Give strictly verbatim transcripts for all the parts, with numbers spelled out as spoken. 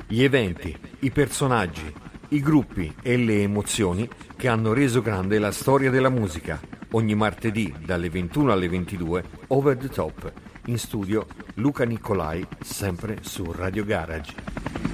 Gli eventi, i personaggi, i gruppi e le emozioni che hanno reso grande la storia della musica. Ogni martedì dalle ventuno alle ventidue, Over the Top. In studio Luca Nicolai, sempre su Radio Garage.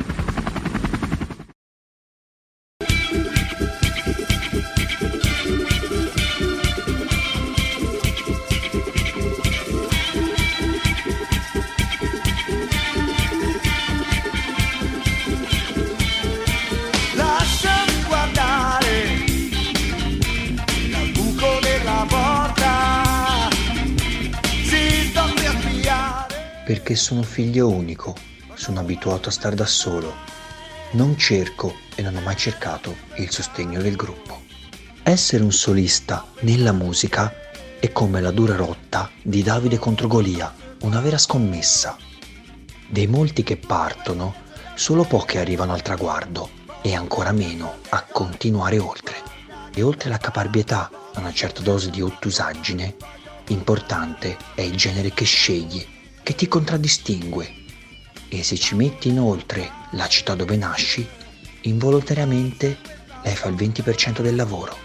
Perché sono figlio unico, sono abituato a stare da solo. Non cerco e non ho mai cercato il sostegno del gruppo. Essere un solista nella musica è come la dura rotta di Davide contro Golia, una vera scommessa. Dei molti che partono, solo pochi arrivano al traguardo e ancora meno a continuare oltre. E oltre la caparbietà a una certa dose di ottusaggine, importante è il genere che scegli, che ti contraddistingue, e se ci metti inoltre la città dove nasci, involontariamente lei fa il venti per cento del lavoro.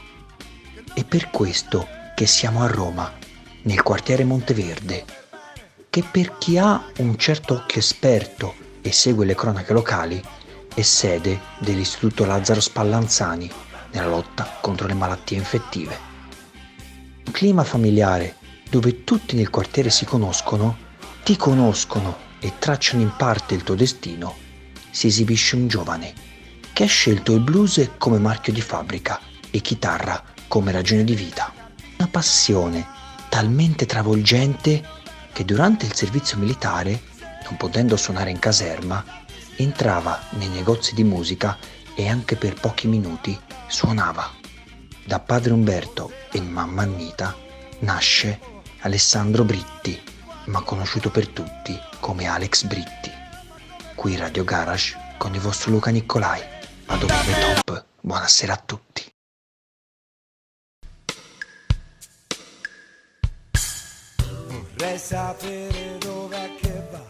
È per questo che siamo a Roma, nel quartiere Monteverde, che per chi ha un certo occhio esperto e segue le cronache locali, è sede dell'Istituto Lazzaro Spallanzani nella lotta contro le malattie infettive. Un clima familiare dove tutti nel quartiere si conoscono, ti conoscono e tracciano in parte il tuo destino, si esibisce un giovane che ha scelto il blues come marchio di fabbrica e chitarra come ragione di vita. Una passione talmente travolgente che durante il servizio militare, non potendo suonare in caserma, entrava nei negozi di musica e anche per pochi minuti suonava. Da padre Umberto e mamma Annita nasce Alessandro Britti, ma conosciuto per tutti come Alex Britti. Qui Radio Garage con il vostro Luca Nicolai. Ad Over the Top. Buonasera a tutti. Vorrei sapere dov'è che va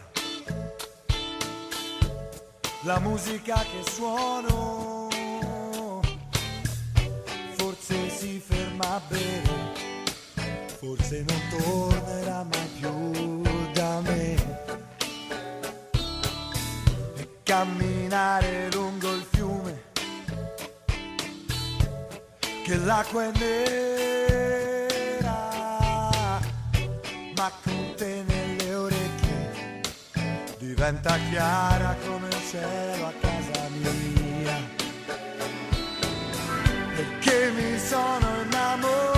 la musica che suono. Forse si ferma a bere, forse non tornerà mai più da me. E camminare lungo il fiume, che l'acqua è nera, ma con te nelle orecchie diventa chiara come il cielo a casa mia. Perché mi sono innamorato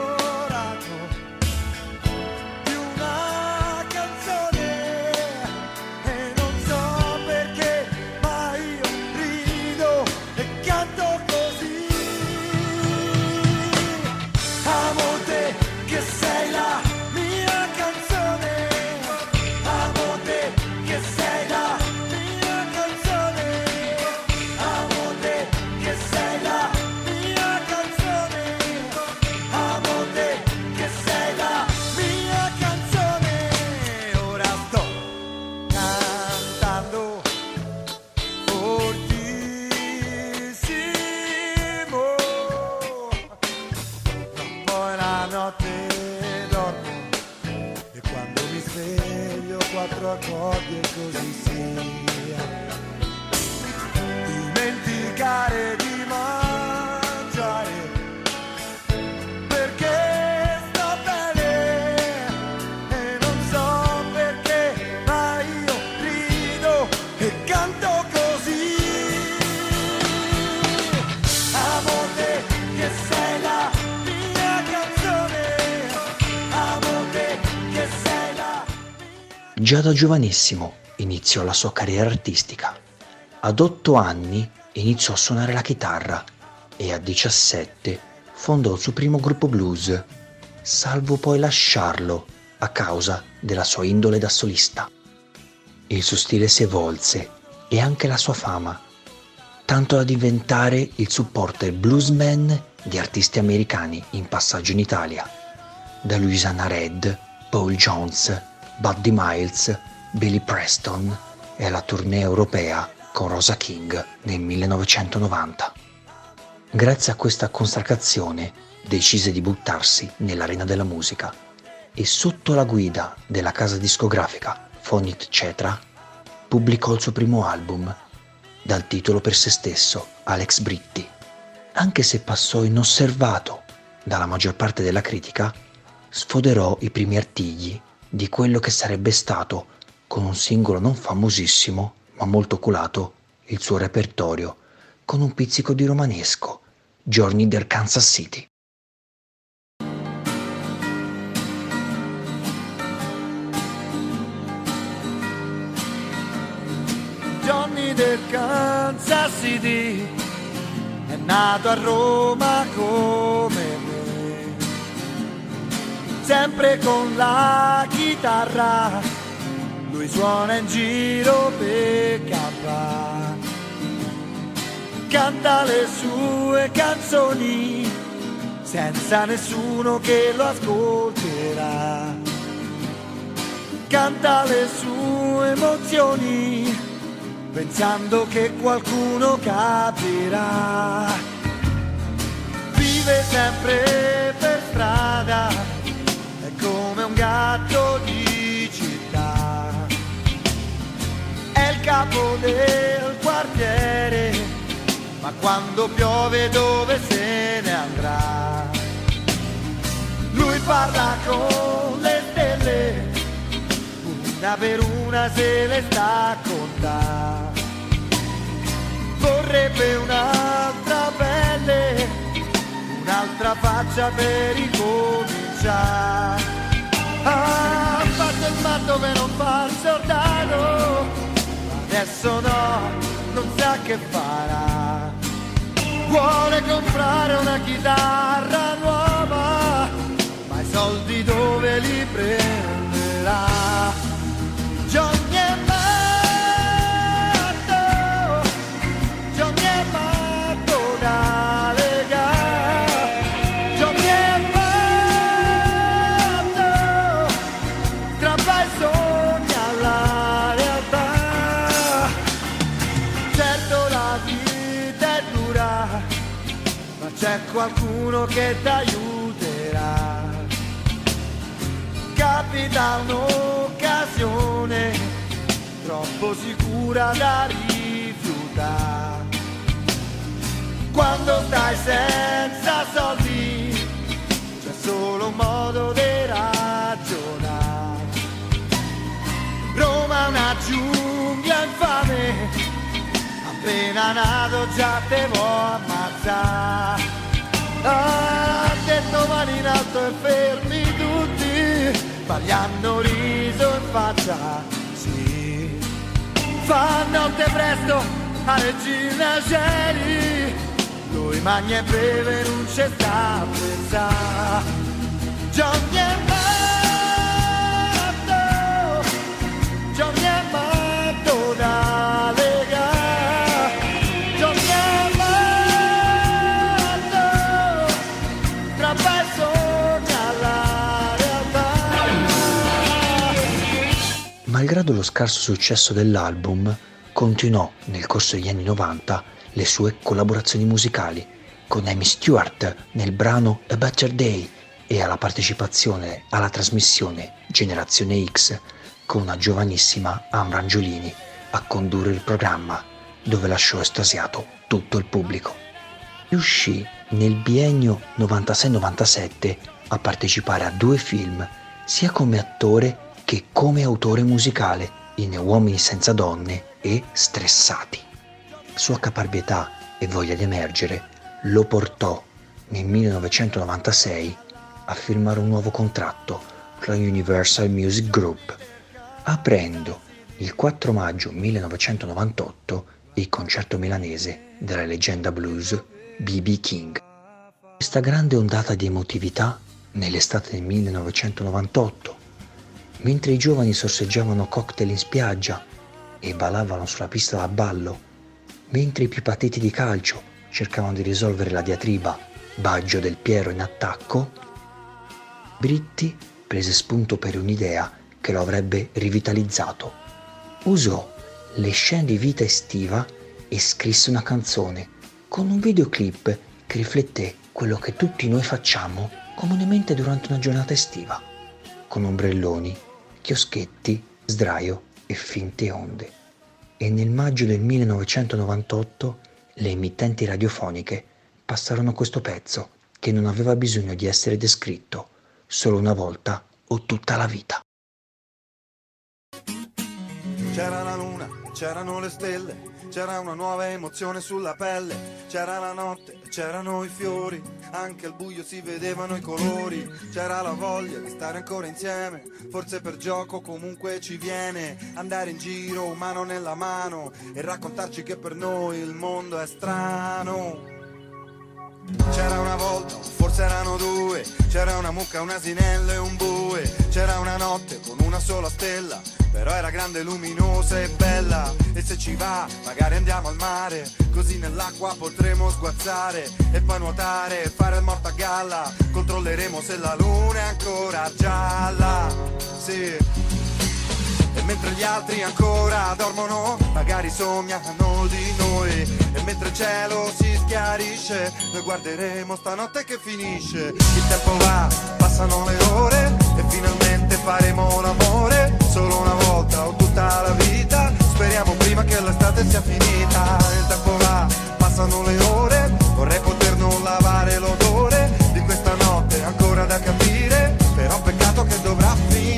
accordi e così sia. Dimenticare di mangiare perché sto bene e non so perché, ma io rido e canto così. Amo te che sei la mia canzone, amo te che sei la. Già da giovanissimo iniziò la sua carriera artistica. Ad otto anni iniziò a suonare la chitarra e a diciassette fondò il suo primo gruppo blues, salvo poi lasciarlo a causa della sua indole da solista. Il suo stile si evolse e anche la sua fama, tanto da diventare il supporter bluesman di artisti americani in passaggio in Italia, da Louisiana Red, Paul Jones, Buddy Miles, Billy Preston e alla tournée europea con Rosa King nel millenovecentonovanta. Grazie a questa consacrazione decise di buttarsi nell'arena della musica e sotto la guida della casa discografica Fonit Cetra pubblicò il suo primo album dal titolo per se stesso Alex Britti. Anche se passò inosservato dalla maggior parte della critica, sfoderò i primi artigli di quello che sarebbe stato, con un singolo non famosissimo ma molto culato, il suo repertorio, con un pizzico di romanesco, Johnny del Kansas City. Johnny del Kansas City è nato a Roma come me, sempre con la chitarra, lui suona in giro per campare, canta le sue canzoni senza nessuno che lo ascolterà, canta le sue emozioni pensando che qualcuno capirà. Vive sempre per strada, è come un gatto di città, è il capo del quartiere, ma quando piove dove se ne andrà? Lui parla con le stelle, una per una se le sta a contare, vorrebbe un'altra pelle, un'altra faccia per ricominciare. Ah, ha fatto il matto per non far soldato, adesso no, non sa che farà, vuole comprare una chitarra nuova, ma i soldi dove li prenderà? Johnny è matto, Johnny è matto da legare, Johnny è matto, strappa i sogni alla realtà. Certo la vita è dura, ma c'è qualcuno che ti aiuterà. Capita un'occasione troppo sicura da rifiutare, quando stai senza soldi c'è solo un modo di ragionare. Roma è una giungla infame, appena nato già te vuoi ammazzare. Ah, detto mani in alto e fermi tutti, ma gli hanno riso in faccia, sì. Fa notte presto a Regina Coeli, lui mangia e beve non c'è sta a pensare. Johnny è matto, Johnny è matto da legare, Johnny è matto, strappa i sogni alla realtà. Malgrado lo scarso successo dell'album, continuò nel corso degli anni novanta le sue collaborazioni musicali con Amy Stewart nel brano A Better Day e alla partecipazione alla trasmissione Generazione X con una giovanissima Ambra Angiolini a condurre il programma, dove lasciò estasiato tutto il pubblico. Riuscì nel biennio novantasei novantasette a partecipare a due film, sia come attore che come autore musicale, in Uomini senza donne e Stressati. Sua caparbietà e voglia di emergere lo portò nel millenovecentonovantasei a firmare un nuovo contratto con la Universal Music Group, aprendo il quattro maggio millenovecentonovantotto il concerto milanese della leggenda blues B B King. Questa grande ondata di emotività nell'estate del millenovecentonovantotto, mentre i giovani sorseggiavano cocktail in spiaggia e ballavano sulla pista da ballo, mentre i più patiti di calcio cercavano di risolvere la diatriba Baggio del Piero in attacco, Britti prese spunto per un'idea che lo avrebbe rivitalizzato. Usò le scene di vita estiva e scrisse una canzone con un videoclip che riflette quello che tutti noi facciamo comunemente durante una giornata estiva, con ombrelloni, chioschetti, sdraio e finte onde. E nel maggio del millenovecentonovantotto le emittenti radiofoniche passarono questo pezzo che non aveva bisogno di essere descritto, solo una volta o tutta la vita. C'era la luna, c'erano le stelle, c'era una nuova emozione sulla pelle, c'era la notte, c'erano i fiori, anche al buio si vedevano i colori, c'era la voglia di stare ancora insieme, forse per gioco comunque ci viene, andare in giro mano nella mano e raccontarci che per noi il mondo è strano. C'era una volta, forse erano due, c'era una mucca, un asinello e un bue, c'era una notte con una sola stella, però era grande, luminosa e bella. E se ci va, magari andiamo al mare, così nell'acqua potremo sguazzare e poi nuotare e fare il morto a galla. Controlleremo se la luna è ancora gialla, sì. E mentre gli altri ancora dormono, magari sognano di noi. E mentre il cielo si schiarisce, noi guarderemo stanotte che finisce. Il tempo va, passano le ore e finalmente faremo l'amore. Solo una volta o tutta la vita, speriamo prima che l'estate sia finita. Il tempo va, passano le ore, vorrei poter non lavare l'odore di questa notte ancora da capire, però peccato che dovrà finire.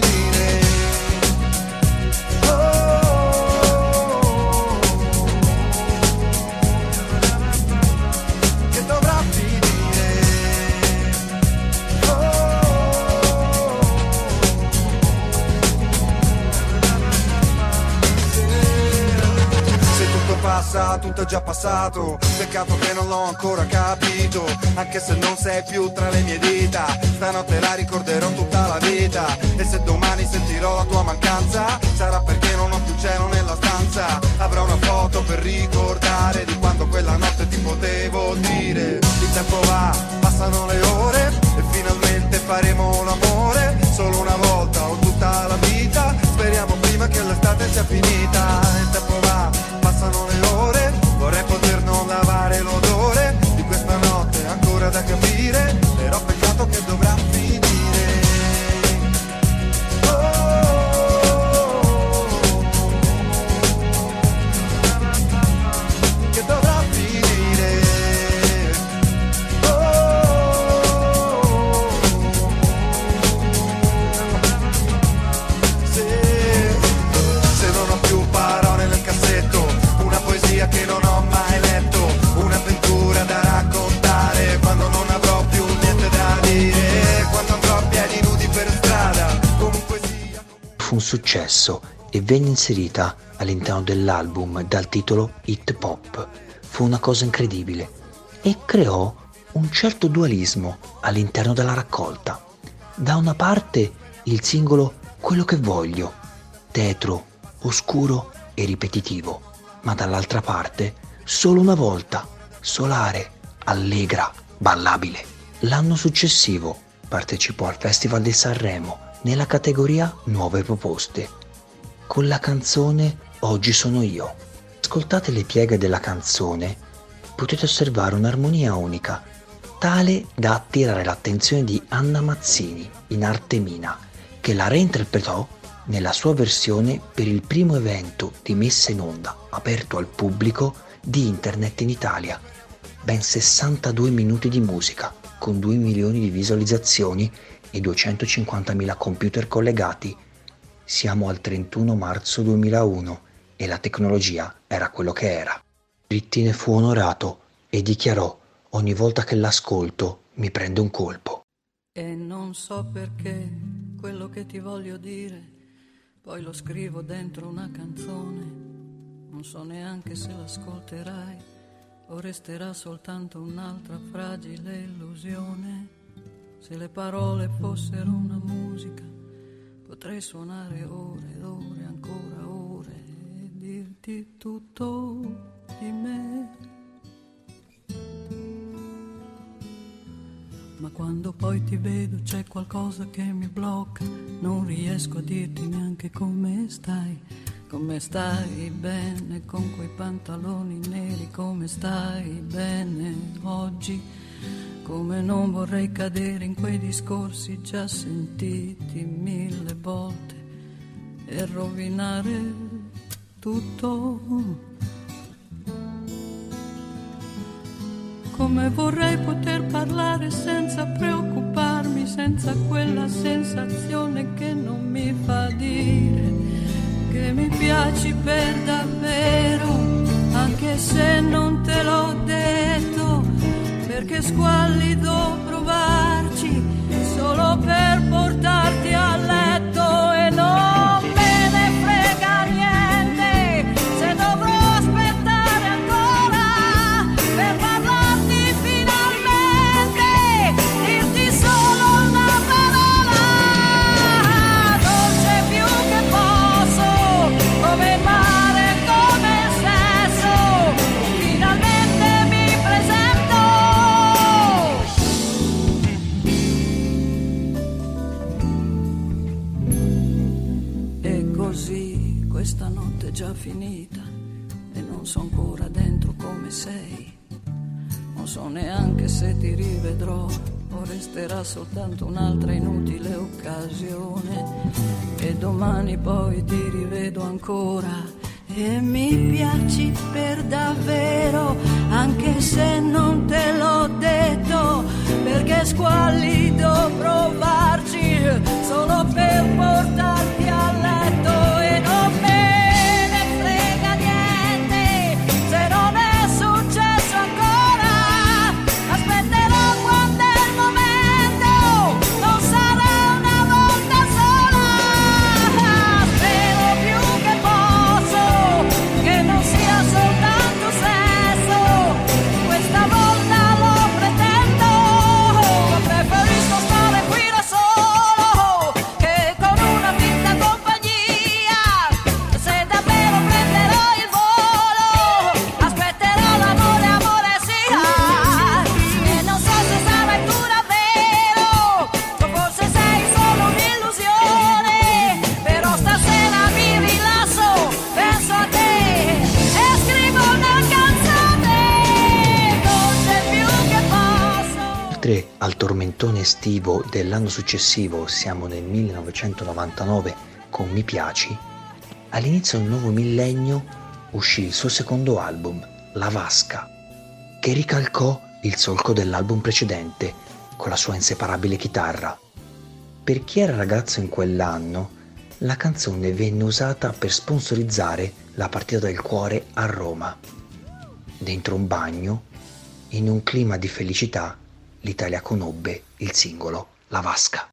Passa, tutto è già passato, peccato che non l'ho ancora capito, anche se non sei più tra le mie dita, stanotte la ricorderò tutta la vita, e se domani sentirò la tua mancanza, sarà perché non ho più cielo nella stanza, avrò una foto per ricordare di quando quella notte ti potevo dire. Il tempo va, passano le ore, e finalmente faremo l'amore, solo una volta o tutta la vita, speriamo prima che l'estate sia finita. Il tempo va, passano le ore, vorrei poter non lavare l'odore di questa notte ancora da capire, però peccato che dovrà finire. Oh, che dovrà finire. Oh, se, se non ho più parole nel cassetto, che non ho mai letto, un'avventura da raccontare quando non avrò più niente da dire, quando andrò a piedi nudi per strada, comunque sia. Fu un successo e venne inserita all'interno dell'album dal titolo Hit Pop. Fu una cosa incredibile e creò un certo dualismo all'interno della raccolta. Da una parte il singolo Quello che voglio, tetro, oscuro e ripetitivo, ma dall'altra parte Solo una volta, solare, allegra, ballabile. L'anno successivo partecipò al Festival di Sanremo nella categoria Nuove Proposte con la canzone Oggi sono io. Ascoltate le pieghe della canzone, potete osservare un'armonia unica, tale da attirare l'attenzione di Anna Mazzini in arte Mina, che la reinterpretò nella sua versione per il primo evento di messa in onda aperto al pubblico di internet in Italia. Ben sessantadue minuti di musica con due milioni di visualizzazioni e duecentocinquantamila computer collegati. Siamo al trentuno marzo duemilauno e la tecnologia era quello che era. Ritti ne fu onorato e dichiarò: ogni volta che l'ascolto mi prende un colpo. E non so perché quello che ti voglio dire poi lo scrivo dentro una canzone, non so neanche se l'ascolterai o resterà soltanto un'altra fragile illusione. Se le parole fossero una musica potrei suonare ore ed ore, ancora ore, e dirti tutto di me. Ma quando poi ti vedo c'è qualcosa che mi blocca, non riesco a dirti neanche come stai. come stai bene con quei pantaloni neri, come stai bene oggi, come non vorrei cadere in quei discorsi già sentiti mille volte e rovinare tutto. Come vorrei poter parlare senza preoccuparmi, senza quella sensazione che non mi fa dire che mi piaci per davvero, anche se non te l'ho detto, perché squallido provarci solo per portarti a letto e non me ne frega niente se dovrò aspettare ancora per parlarti finalmente, dirti solo una parola, dolce più che posso, come il mare, come il sesso, finalmente mi presento. E così questa notte è già finita e non so ancora dentro come sei, non so neanche se ti rivedrò o resterà soltanto un'altra inutile occasione e domani poi ti rivedo ancora e mi piaci per davvero, anche se non te l'ho detto, perché squallido provarci solo per portarti a letto e non me ne frega niente se non è successo ancora, aspetterò quando è il momento, non sarà una volta sola, spero più che posso che non sia soltanto sesso, questa volta lo pretendo, preferisco stare qui da solo che con una finta compagnia, se davvero prenderò il volo, aspetterò l'amore, amore sia, e non so se sarai tu davvero, o forse sei solo un'illusione, però stasera mi rilasso, penso a te e scrivo una canzone, dolce più che posso. Oltre al tormentone estivo dell'anno successivo, siamo nel millenovecentonovantanove con Mi piaci, all'inizio del nuovo millennio uscì il suo secondo album, La Vasca, che ricalcò il solco dell'album precedente con la sua inseparabile chitarra. Per chi era ragazzo in quell'anno, la canzone venne usata per sponsorizzare la partita del cuore a Roma. Dentro un bagno, in un clima di felicità, l'Italia conobbe il singolo La Vasca.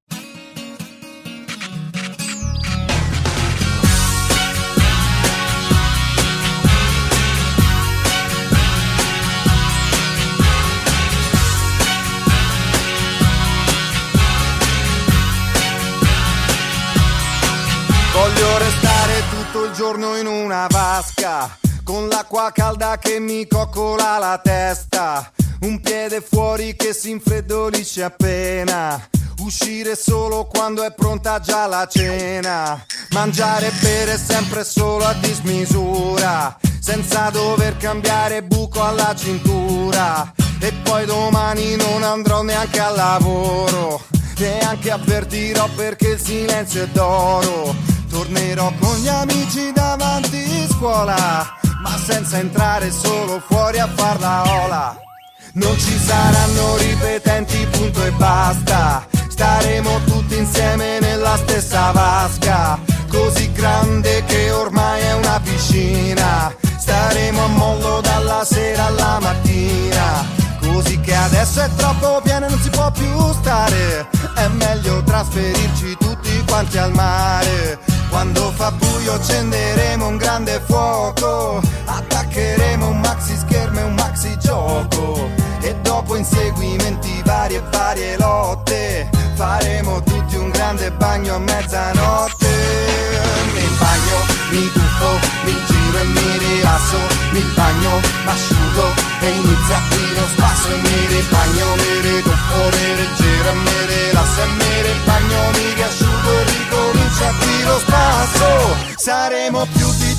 Voglio restare tutto il giorno in una vasca, con l'acqua calda che mi coccola la testa, un piede fuori che si infreddolisce appena, uscire solo quando è pronta già la cena, mangiare e bere sempre solo a dismisura, senza dover cambiare buco alla cintura, e poi domani non andrò neanche al lavoro, neanche avvertirò perché il silenzio è d'oro. Tornerò con gli amici davanti scuola, ma senza entrare, solo fuori a far la ola. Non ci saranno ripetenti, punto e basta, staremo tutti insieme nella stessa vasca, così grande che ormai è una piscina, staremo a mollo dalla sera alla mattina, così che adesso è troppo piena e non si può più stare, è meglio trasferirci tutti quanti al mare. Quando fa buio accenderemo un grande fuoco, attaccheremo un maxi schermo e un maxi gioco, e dopo inseguimenti vari e varie lotte faremo tutti un grande bagno a mezzanotte. Mi bagno, mi tuffo, mi giro e mi rilasso, mi bagno, m'asciugo e inizia qui lo spasso, e mi ribagno, mi rituffo, mi rigiro e mi rilasso, e mi ribagno, mi riasciugo e ricomincia qui lo spasso. Saremo più di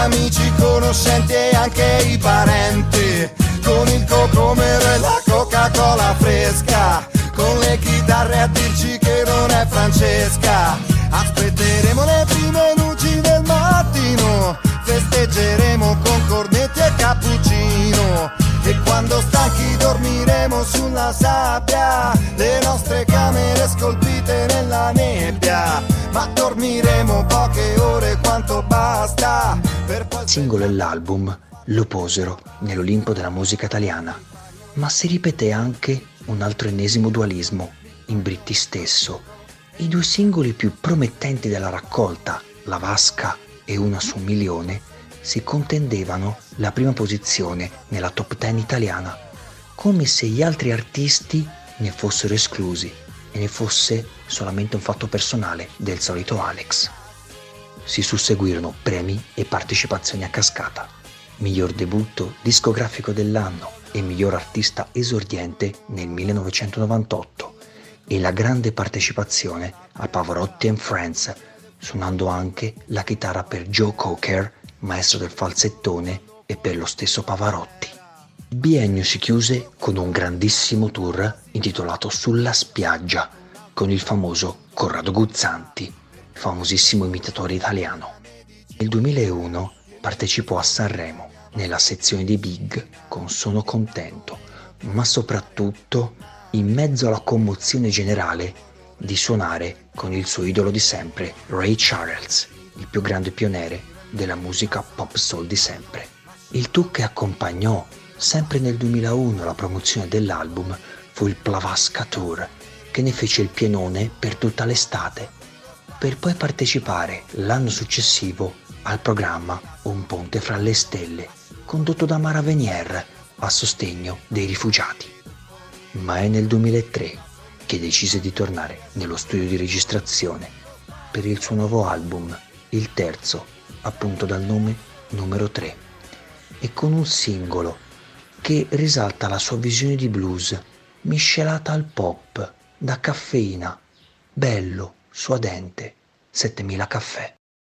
amici, conoscenti e anche i parenti, con il cocomero e la Coca-Cola fresca, con le chitarre a dirci che non è Francesca. Aspetteremo le prime luci del mattino, festeggeremo con cornetti e cappuccino, e quando stanchi dormiremo sulla sabbia, le nostre camere scolpite nella nebbia, ma dormiremo poche ore quanto basta per poi... Il singolo e l'album lo posero nell'Olimpo della musica italiana, ma si ripeté anche un altro ennesimo dualismo in Britti stesso. I due singoli più promettenti della raccolta, La Vasca e Una su un milione, si contendevano la prima posizione nella top dieci italiana, come se gli altri artisti ne fossero esclusi e ne fosse solamente un fatto personale del solito Alex. Si susseguirono premi e partecipazioni a cascata, miglior debutto discografico dell'anno e miglior artista esordiente nel millenovecentonovantotto, e la grande partecipazione a Pavarotti and Friends, suonando anche la chitarra per Joe Cocker, maestro del falsettone, e per lo stesso Pavarotti. Il biennio si chiuse con un grandissimo tour intitolato Sulla spiaggia, con il famoso Corrado Guzzanti, famosissimo imitatore italiano. Nel duemilauno partecipò a Sanremo nella sezione dei Big con Sono contento, ma soprattutto in mezzo alla commozione generale di suonare con il suo idolo di sempre, Ray Charles, il più grande pioniere della musica pop soul di sempre. Il tour che accompagnò sempre nel duemilauno la promozione dell'album fu il Plavasca Tour, che ne fece il pienone per tutta l'estate, per poi partecipare l'anno successivo al programma Un ponte fra le stelle, condotto da Mara Venier a sostegno dei rifugiati. Ma è nel duemilatré che decise di tornare nello studio di registrazione per il suo nuovo album, il terzo, appunto dal nome numero tre, e con un singolo che risalta la sua visione di blues miscelata al pop, da caffeina, bello, suadente, settemila caffè.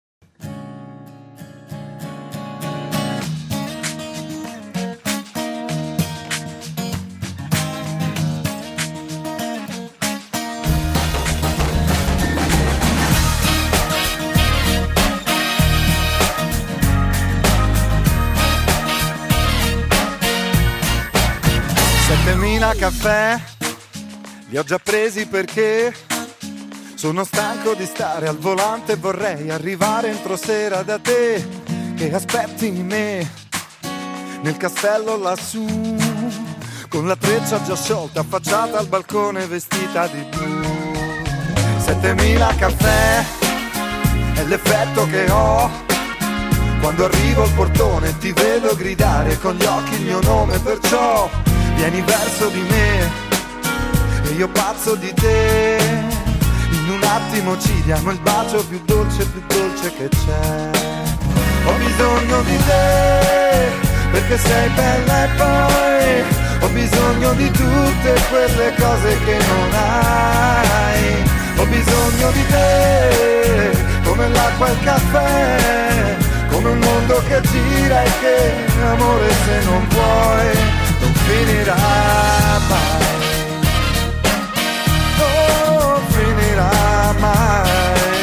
settemila caffè li ho già presi perché sono stanco di stare al volante e vorrei arrivare entro sera da te, che aspetti me nel castello lassù, con la treccia già sciolta affacciata al balcone vestita di blu. Settemila caffè è l'effetto che ho quando arrivo al portone e ti vedo gridare con gli occhi il mio nome, perciò vieni verso di me e io pazzo di te. In un attimo ci diamo il bacio più dolce, più dolce che c'è. Ho bisogno di te perché sei bella e poi ho bisogno di tutte quelle cose che non hai. Ho bisogno di te come l'acqua e il caffè, come un mondo che gira e che, amore, se non vuoi non finirà mai, non finirà mai.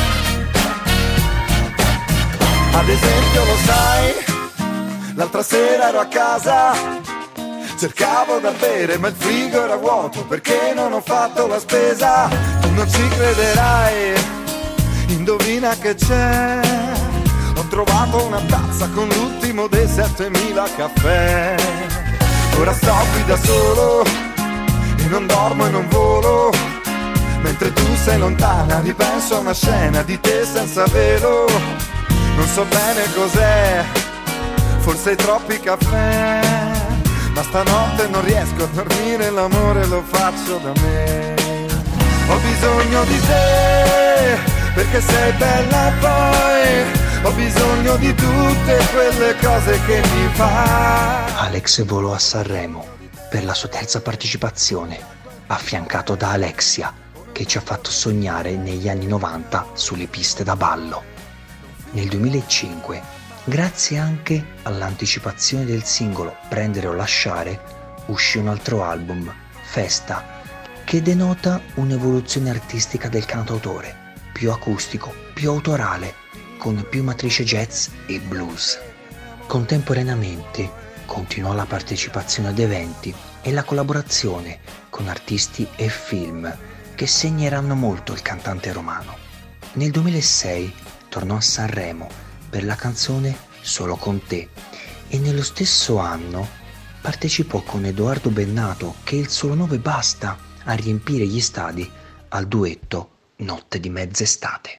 Ad esempio, lo sai, l'altra sera ero a casa, cercavo da bere ma il frigo era vuoto perché non ho fatto la spesa. Tu non ci crederai, indovina che c'è, ho trovato una tazza con l'ultimo dei settemila caffè. Ora sto qui da solo e non dormo e non volo, mentre tu sei lontana ripenso a una scena di te senza velo. Non so bene cos'è, forse troppi caffè, ma stanotte non riesco a dormire, l'amore lo faccio da me. Ho bisogno di te perché sei bella e poi ho bisogno di tutte quelle cose che mi fai. Alex volò a Sanremo per la sua terza partecipazione, affiancato da Alexia, che ci ha fatto sognare negli anni novanta sulle piste da ballo. Nel duemilacinque Grazie anche all'anticipazione del singolo Prendere o lasciare, uscì un altro album, Festa, che denota un'evoluzione artistica del cantautore, più acustico, più autorale, con più matrice jazz e blues. Contemporaneamente continuò la partecipazione ad eventi e la collaborazione con artisti e film che segneranno molto il cantante romano. Nel duemilasei tornò a Sanremo per la canzone Solo con te e nello stesso anno partecipò con Edoardo Bennato, che è il solo nove basta a riempire gli stadi, al duetto Notte di mezz'estate.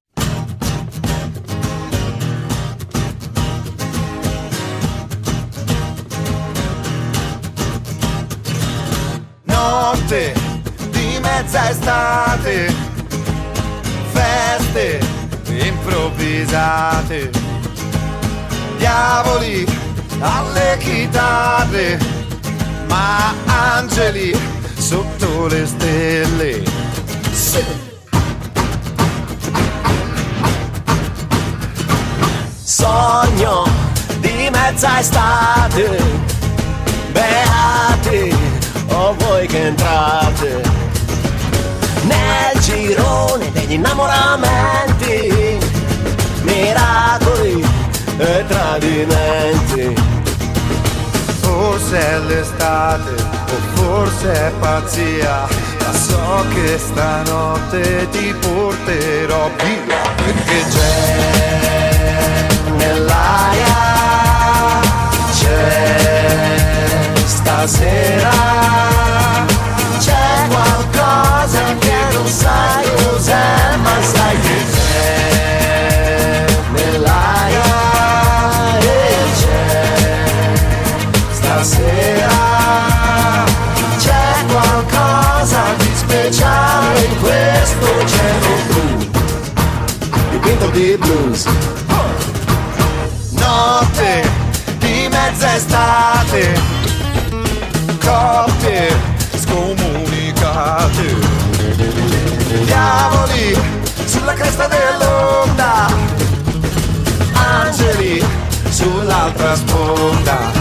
Notte di mezza estate, feste improvvisate, diavoli alle chitarre, ma angeli sotto le stelle. Sì. Sogno di mezza estate, beati o voi che entrate nel girone degli innamoramenti, miracoli e tradimenti. Forse è l'estate o forse è pazzia, ma so che stanotte ti porterò via, perché c'è nell'aria, c'è stasera, c'è qualcosa che non sai cos'è, ma sai che c'è nell'aria e c'è stasera, c'è qualcosa di speciale in questo cielo blu, dipinto di blues. Notte di mezza estate, coppie scomunicate, diavoli sulla cresta dell'onda, angeli sull'altra sponda.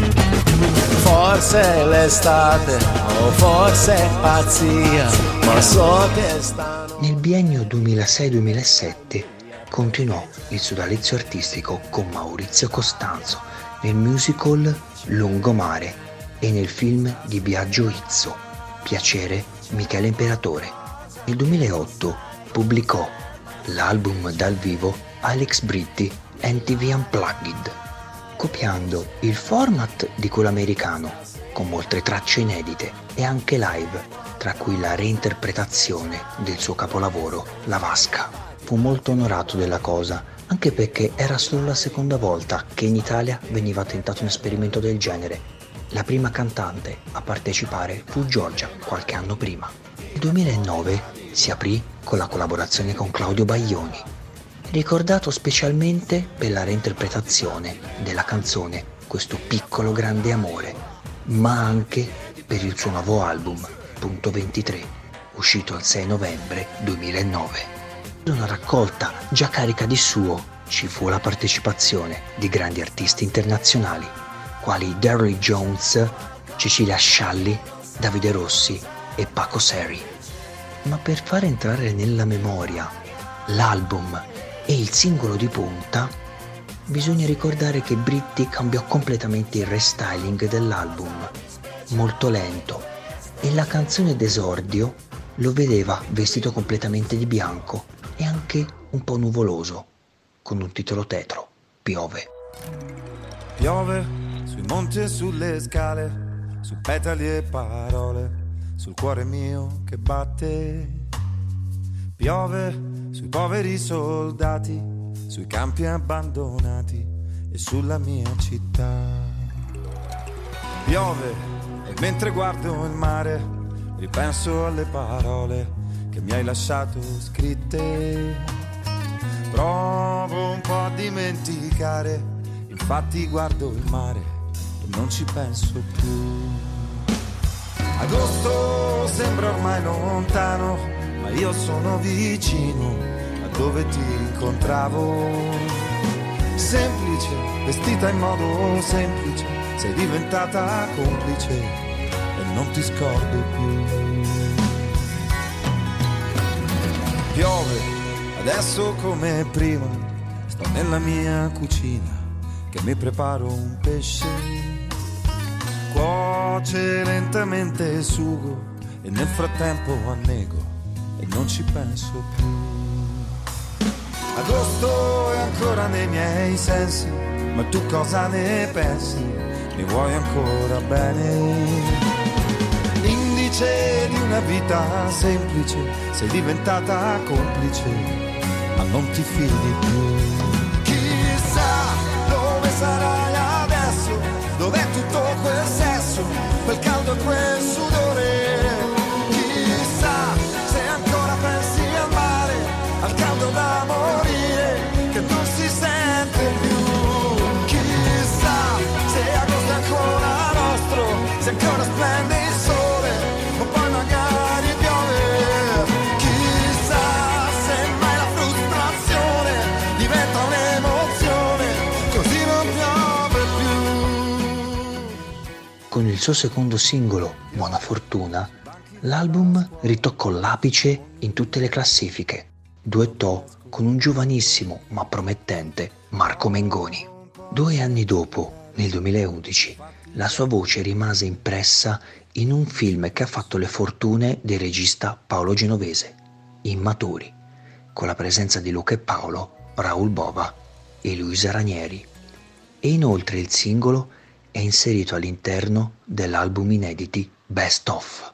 Forse è l'estate o forse è pazzia, ma so che stanno. Nel biennio duemilasei duemilasette continuò il sodalizio artistico con Maurizio Costanzo nel musical Lungomare e nel film di Biagio Izzo, Piacere Michele Imperatore. Nel duemilaotto pubblicò l'album dal vivo Alex Britti M T V Unplugged, copiando il format di quello americano, con molte tracce inedite e anche live, tra cui la reinterpretazione del suo capolavoro La Vasca. Fu molto onorato della cosa, anche perché era solo la seconda volta che in Italia veniva tentato un esperimento del genere. La prima cantante a partecipare fu Giorgia, qualche anno prima. Nel duemilanove si aprì con la collaborazione con Claudio Baglioni, ricordato specialmente per la reinterpretazione della canzone Questo piccolo grande amore, ma anche per il suo nuovo album Punto ventitré, uscito il sei novembre duemilanove. Una raccolta già carica di suo ci fu la partecipazione di grandi artisti internazionali quali Derry Jones, Cecilia Scialli, Davide Rossi e Paco Seri. Ma per far entrare nella memoria l'album e il singolo di punta, bisogna ricordare che Britti cambiò completamente il restyling dell'album, molto lento, e la canzone d'esordio lo vedeva vestito completamente di bianco e anche un po' nuvoloso, con un titolo tetro, Piove. Piove sui monti e sulle scale, su petali e parole, sul cuore mio che batte. Piove sui poveri soldati, sui campi abbandonati e sulla mia città. Piove e mentre guardo il mare ripenso alle parole che mi hai lasciato scritte. Provo un po' a dimenticare, infatti guardo il mare e non ci penso più. Agosto sembra ormai lontano, ma io sono vicino a dove ti incontravo. Semplice felice, vestita in modo semplice, sei diventata complice e non ti scordo più. Piove, adesso come prima, sto nella mia cucina che mi preparo un pesce, cuoce lentamente il sugo e nel frattempo annego e non ci penso più. Agosto è ancora nei miei sensi, ma tu cosa ne pensi? Mi vuoi ancora bene? L'indice di una vita semplice, sei diventata complice, ma non ti fidi più. Chissà dove sarai adesso, dov'è tutto quel sesso, quel caldo e quel sudore. Chissà se ancora pensi al mare, al caldo da morire, che non si sente più. Chissà se agosto è ancora nostro, se ancora splende il sole, o poi magari piove. Chissà se mai la frustrazione diventa un'emozione, così non piove più. Con il suo secondo singolo, Buona Fortuna, l'album ritoccò l'apice in tutte le classifiche. Duettò con un giovanissimo ma promettente Marco Mengoni. Due anni dopo, nel duemilaundici, la sua voce rimase impressa in un film che ha fatto le fortune del regista Paolo Genovese, Immaturi, con la presenza di Luca e Paolo, Raul Bova e Luisa Ranieri. E inoltre il singolo è inserito all'interno dell'album inediti Best Of.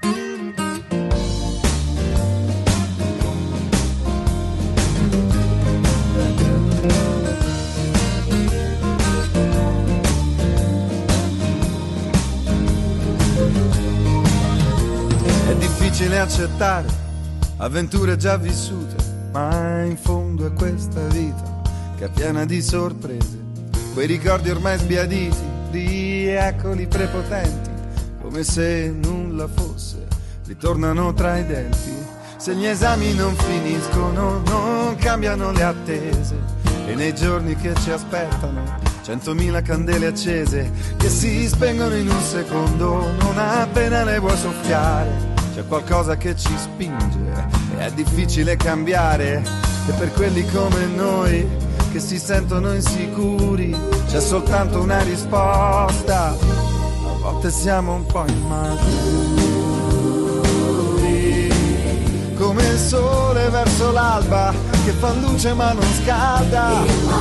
Difficile accettare avventure già vissute, ma in fondo è questa vita che è piena di sorprese. Quei ricordi ormai sbiaditi, rieccoli prepotenti, come se nulla fosse, ritornano tra i denti. Se gli esami non finiscono, non cambiano le attese, e nei giorni che ci aspettano centomila candele accese che si spengono in un secondo, non appena le vuoi soffiare. C'è qualcosa che ci spinge e è difficile cambiare, e per quelli come noi che si sentono insicuri c'è soltanto una risposta: a volte siamo un po' immaturi, come il sole verso l'alba che fa luce ma non scalda.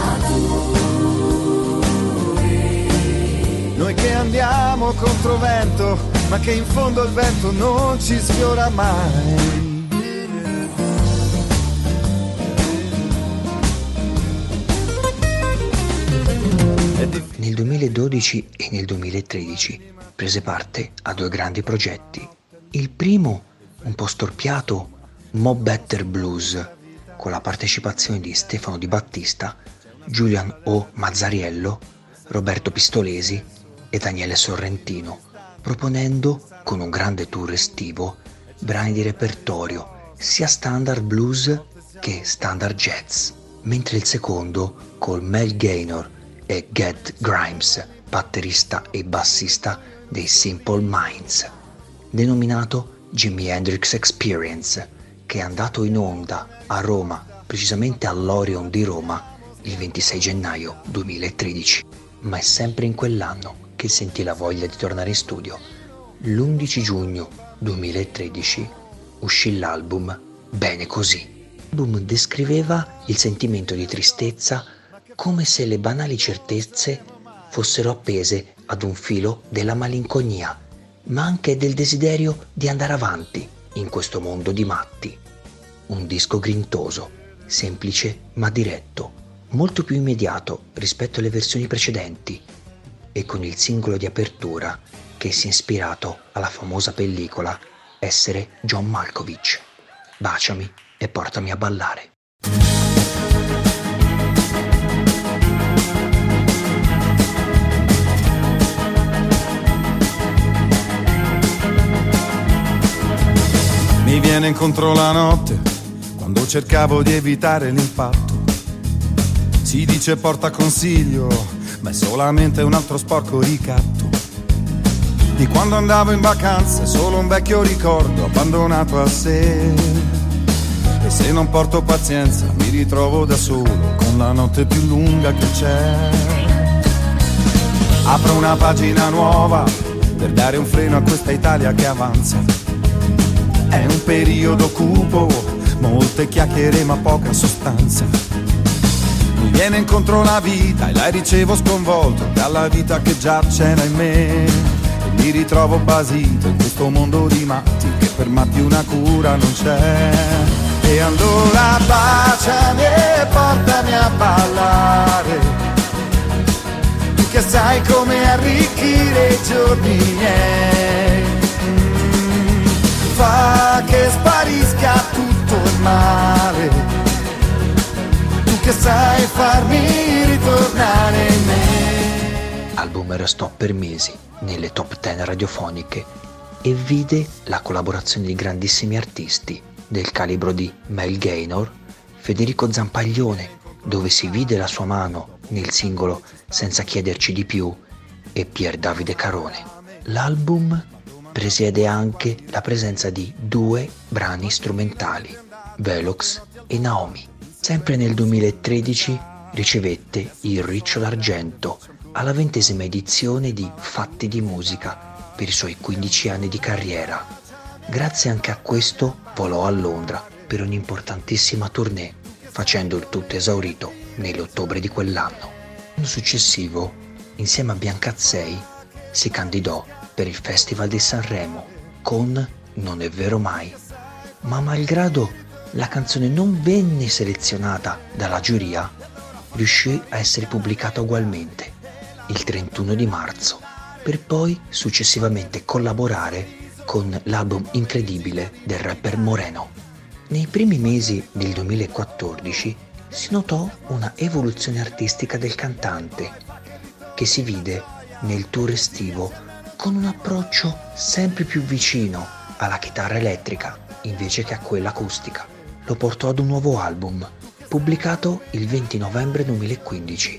Noi che andiamo contro vento, ma che in fondo il vento non ci sfiora mai. Nel duemiladodici e nel duemilatredici prese parte a due grandi progetti. Il primo, un po' storpiato, Mo' Better Blues, con la partecipazione di Stefano Di Battista, Julian O. Mazzariello, Roberto Pistolesi e Daniele Sorrentino, proponendo, con un grande tour estivo, brani di repertorio sia standard blues che standard jazz, mentre il secondo, col Mel Gaynor e Ged Grimes, batterista e bassista dei Simple Minds, denominato Jimi Hendrix Experience, che è andato in onda a Roma, precisamente all'Orion di Roma, il ventisei gennaio duemilatredici, ma è sempre in quell'anno che sentì la voglia di tornare in studio. L'undici giugno duemilatredici uscì l'album Bene Così. L'album descriveva il sentimento di tristezza come se le banali certezze fossero appese ad un filo della malinconia, ma anche del desiderio di andare avanti in questo mondo di matti. Un disco grintoso, semplice ma diretto, molto più immediato rispetto alle versioni precedenti, e con il singolo di apertura che si è ispirato alla famosa pellicola Essere John Malkovich, Baciami e portami a ballare. Mi viene incontro la notte quando cercavo di evitare l'impatto. Si dice porta consiglio, ma è solamente un altro sporco ricatto di quando andavo in vacanza, è solo un vecchio ricordo abbandonato a sé. E se non porto pazienza mi ritrovo da solo con la notte più lunga che c'è. Apro una pagina nuova per dare un freno a questa Italia che avanza. È un periodo cupo, molte chiacchiere ma poca sostanza. Mi viene incontro la vita e la ricevo sconvolto dalla vita che già c'era in me. E mi ritrovo basito in questo mondo di matti che per matti una cura non c'è. E allora baciami e portami a ballare, tu che sai come arricchire i giorni miei. Mm, fa che sparisca tutto il male, tu che sai farmi ritornare in me. L'album restò per mesi nelle top dieci radiofoniche e vide la collaborazione di grandissimi artisti del calibro di Mel Gaynor, Federico Zampaglione, dove si vide la sua mano nel singolo Senza chiederci di più, e Pier Davide Carone. L'album presiede anche la presenza di due brani strumentali, Velox e Naomi. Sempre nel duemilatredici ricevette il Riccio d'Argento alla ventesima edizione di Fatti di Musica per i suoi quindici anni di carriera. Grazie anche a questo volò a Londra per un'importantissima tournée, facendo il tutto esaurito nell'ottobre di quell'anno. L'anno successivo, insieme a Biancazzei, si candidò per il Festival di Sanremo con Non è vero mai, ma malgrado la canzone non venne selezionata dalla giuria, riuscì a essere pubblicata ugualmente il trentuno di marzo, per poi successivamente collaborare con l'album Incredibile del rapper Moreno. Nei primi mesi del duemilaquattordici si notò una evoluzione artistica del cantante, che si vide nel tour estivo con un approccio sempre più vicino alla chitarra elettrica invece che a quella acustica. Lo portò ad un nuovo album, pubblicato il venti novembre duemilaquindici,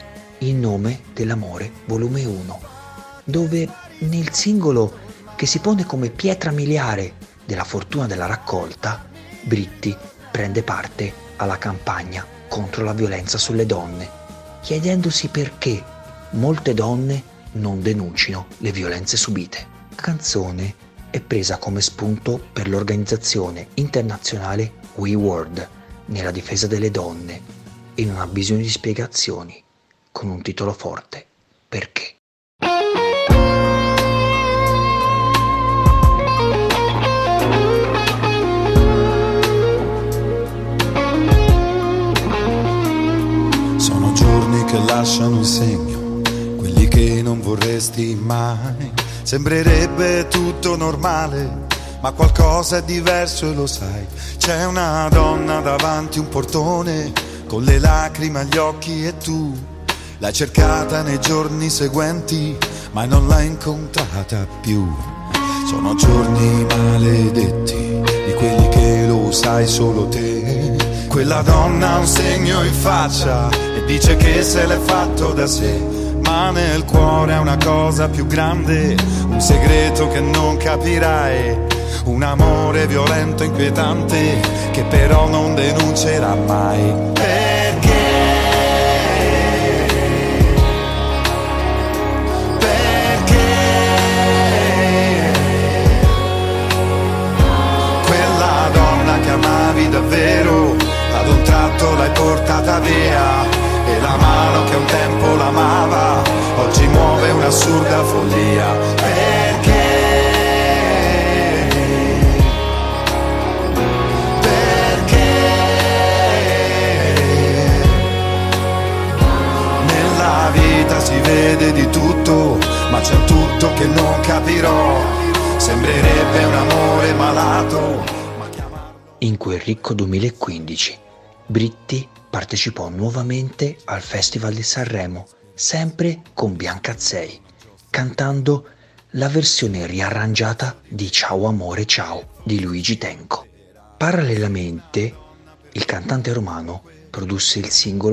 In nome dell'amore volume uno, dove nel singolo che si pone come pietra miliare della fortuna della raccolta, Britti prende parte alla campagna contro la violenza sulle donne, chiedendosi perché molte donne non denuncino le violenze subite. La canzone è presa come spunto per l'organizzazione internazionale We World nella difesa delle donne e non ha bisogno di spiegazioni, con un titolo forte, Perché. Sono giorni che lasciano il segno, quelli che non vorresti mai. Sembrerebbe tutto normale, ma qualcosa è diverso e lo sai. C'è una donna davanti un portone, con le lacrime agli occhi, e tu l'hai cercata nei giorni seguenti, ma non l'hai incontrata più. Sono giorni maledetti, di quelli che lo sai solo te. Quella donna ha un segno in faccia e dice che se l'è fatto da sé, ma nel cuore è una cosa più grande, un segreto che non capirai, un amore violento, inquietante, che però non denuncerà mai. Perché? Perché? Quella donna che amavi davvero, ad un tratto l'hai portata via, e la mano che un tempo l'amava oggi muove un'assurda follia. Perché? Perché? Nella vita si vede di tutto, ma c'è un tutto che non capirò. Sembrerebbe un amore malato. In quel ricco duemilaquindici, Britti partecipò nuovamente al Festival di Sanremo, sempre con Biancazzei, cantando la versione riarrangiata di Ciao amore ciao di Luigi Tenco. Parallelamente, il cantante romano produsse il singolo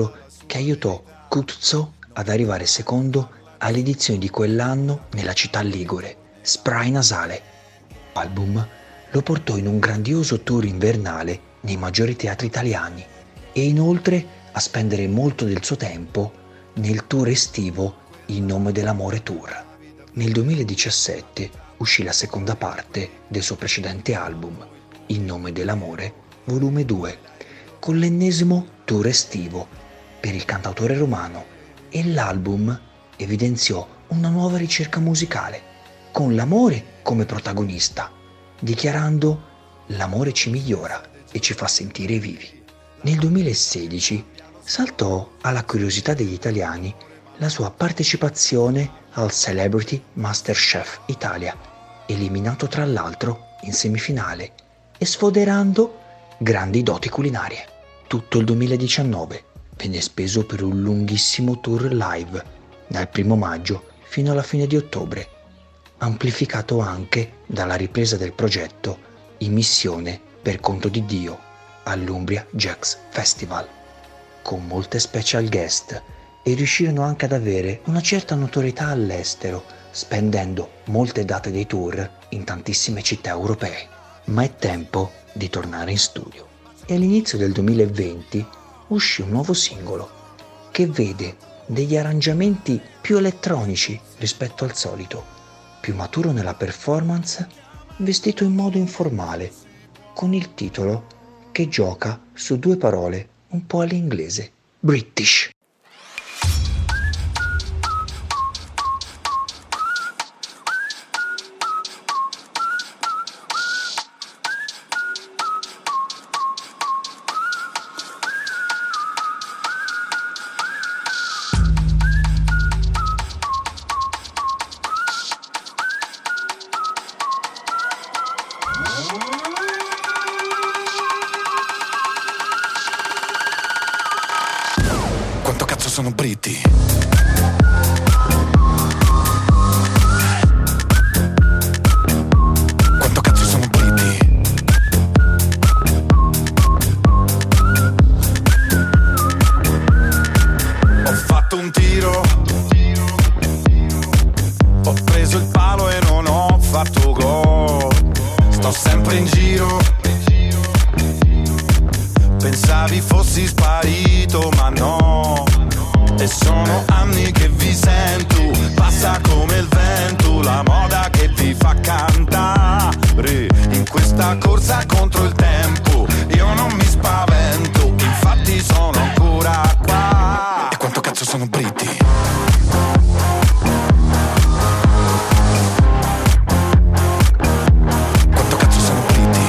che aiutò Kutzo ad arrivare secondo all'edizione di quell'anno nella città ligure, Spray Nasale. L'album lo portò in un grandioso tour invernale nei maggiori teatri italiani e inoltre a spendere molto del suo tempo nel tour estivo In nome dell'amore tour. Nel duemiladiciassette uscì la seconda parte del suo precedente album, In nome dell'amore, volume due, con l'ennesimo tour estivo per il cantautore romano, e l'album evidenziò una nuova ricerca musicale, con l'amore come protagonista, dichiarando «L'amore ci migliora e ci fa sentire vivi». Nel duemilasedici saltò alla curiosità degli italiani la sua partecipazione al Celebrity MasterChef Italia, eliminato tra l'altro in semifinale e sfoderando grandi doti culinarie. Tutto il duemiladiciannove venne speso per un lunghissimo tour live, dal primo maggio fino alla fine di ottobre, amplificato anche dalla ripresa del progetto in missione per conto di Dio all'Umbria Jazz Festival, con molte special guest, e riuscirono anche ad avere una certa notorietà all'estero, spendendo molte date dei tour in tantissime città europee. Ma è tempo di tornare in studio. E all'inizio del duemilaventi uscì un nuovo singolo che vede degli arrangiamenti più elettronici rispetto al solito, più maturo nella performance, vestito in modo informale, con il titolo che gioca su due parole un po' all'inglese: British. Quanto cazzo sono britti? Quanto cazzo sono britti? Ho fatto un tiro, ho preso il palo e non ho fatto gol. Sto sempre in giro, pensavi fossi sparito ma no. E sono anni che vi sento, passa come il vento, la moda che vi fa cantare in questa corsa contro il tempo. Io non mi spavento, infatti sono ancora qua. E quanto cazzo sono britti? Quanto cazzo sono britti?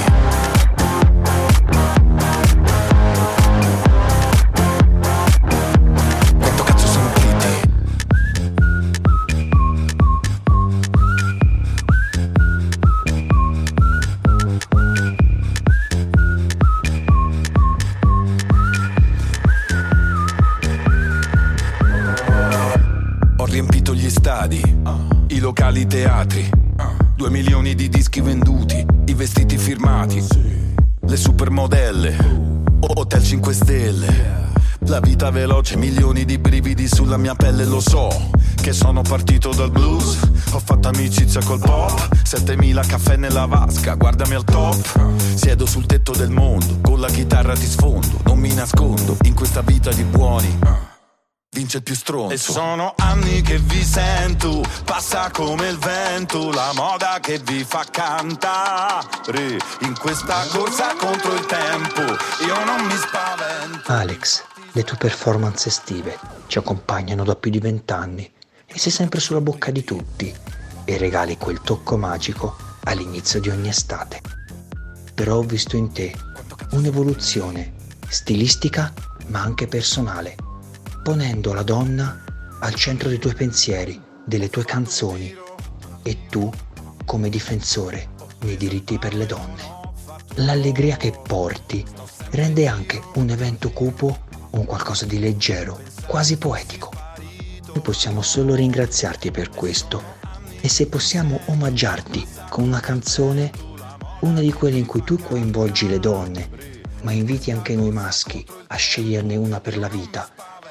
I locali teatri, due milioni di dischi venduti, i vestiti firmati, le supermodelle, hotel cinque stelle, la vita veloce, milioni di brividi sulla mia pelle. Lo so che sono partito dal blues, ho fatto amicizia col pop, settemila caffè nella vasca, guardami al top. Siedo sul tetto del mondo, con la chitarra ti sfondo, non mi nascondo, in questa vita di buoni vince il più stronzo. E sono anni che vi sento, passa come il vento, la moda che vi fa cantare in questa corsa contro il tempo. Io non mi spavento. Alex, le tue performance estive ci accompagnano da più di vent'anni e sei sempre sulla bocca di tutti e regali quel tocco magico all'inizio di ogni estate. Però ho visto in te un'evoluzione stilistica ma anche personale, ponendo la donna al centro dei tuoi pensieri, delle tue canzoni, e tu come difensore nei diritti per le donne. L'allegria che porti rende anche un evento cupo un qualcosa di leggero, quasi poetico. Noi possiamo solo ringraziarti per questo, e se possiamo omaggiarti con una canzone, una di quelle in cui tu coinvolgi le donne, ma inviti anche noi maschi a sceglierne una per la vita,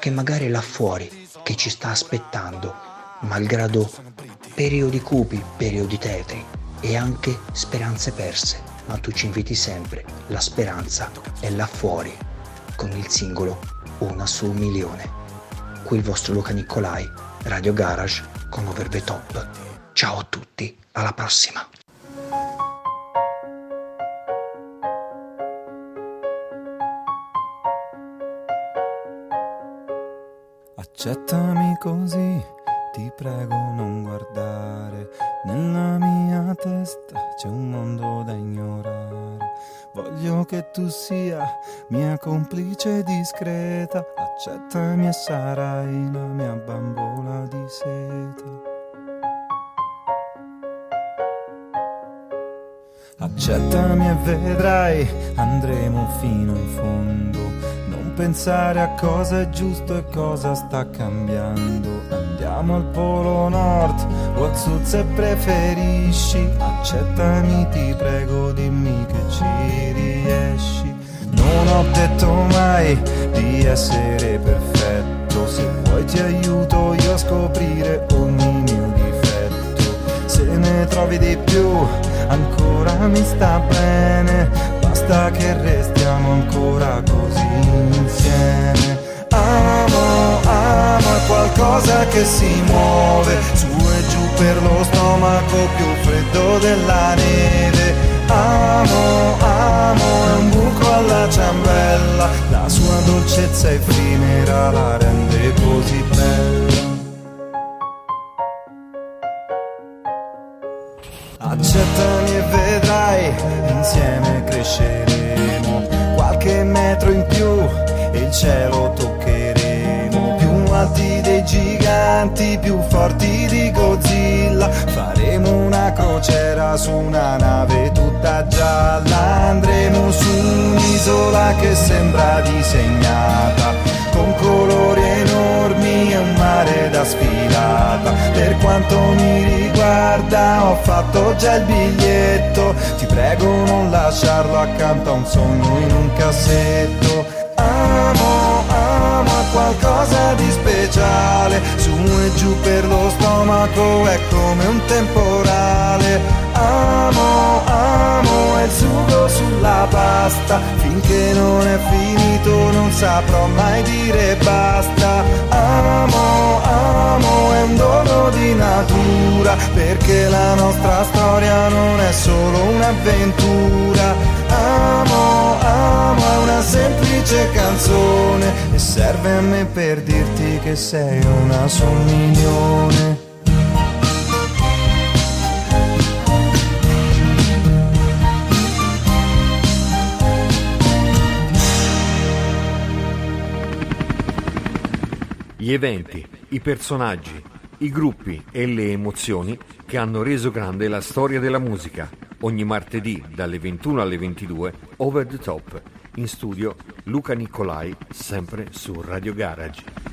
che magari è là fuori, che ci sta aspettando, malgrado periodi cupi, periodi tetri e anche speranze perse, ma tu ci inviti sempre, la speranza è là fuori, con il singolo Una su un milione. Qui il vostro Luca Nicolai, Radio Garage con Over the Top. Ciao a tutti, alla prossima! Accettami così, ti prego non guardare, nella mia testa c'è un mondo da ignorare. Voglio che tu sia mia complice discreta, accettami e sarai la mia bambola di seta. Accettami e vedrai, andremo fino in fondo. Non pensare a cosa è giusto e cosa sta cambiando. Andiamo al Polo Nord o al Sud se preferisci. Accettami, ti prego, dimmi che ci riesci. Non ho detto mai di essere perfetto. Se vuoi ti aiuto io a scoprire ogni mio difetto. Se ne trovi di più ancora mi sta bene, basta che restiamo ancora così insieme. Amo, amo è qualcosa che si muove su e giù per lo stomaco più freddo della neve. Amo, amo è un buco alla ciambella, la sua dolcezza effimera la rende così bella. Accettami e vedrai, insieme cresceremo qualche metro in più e il cielo toccheremo. Più alti dei giganti, più forti di Godzilla. Faremo una crociera su una nave tutta gialla. Andremo su un'isola che sembra disegnata con colori enormi e un mare da sfilata. Per quanto mi riguarda ho fatto già il biglietto, ti prego non lasciarlo accanto a un sogno in un cassetto. Amo, amo è qualcosa di speciale, su e giù per lo stomaco è come un temporale. Amo, amo è il sugo sulla pasta, finché non è finito non saprò mai dire basta. Amo, amo è un dono di natura, perché la nostra storia non è solo un'avventura. Amo, amo è una semplice canzone e serve a me per dirti che sei una su un milione. Gli eventi, i personaggi, i gruppi e le emozioni che hanno reso grande la storia della musica. Ogni martedì dalle ventuno alle ventidue, Over the Top, in studio Luca Nicolai, sempre su Radio Garage.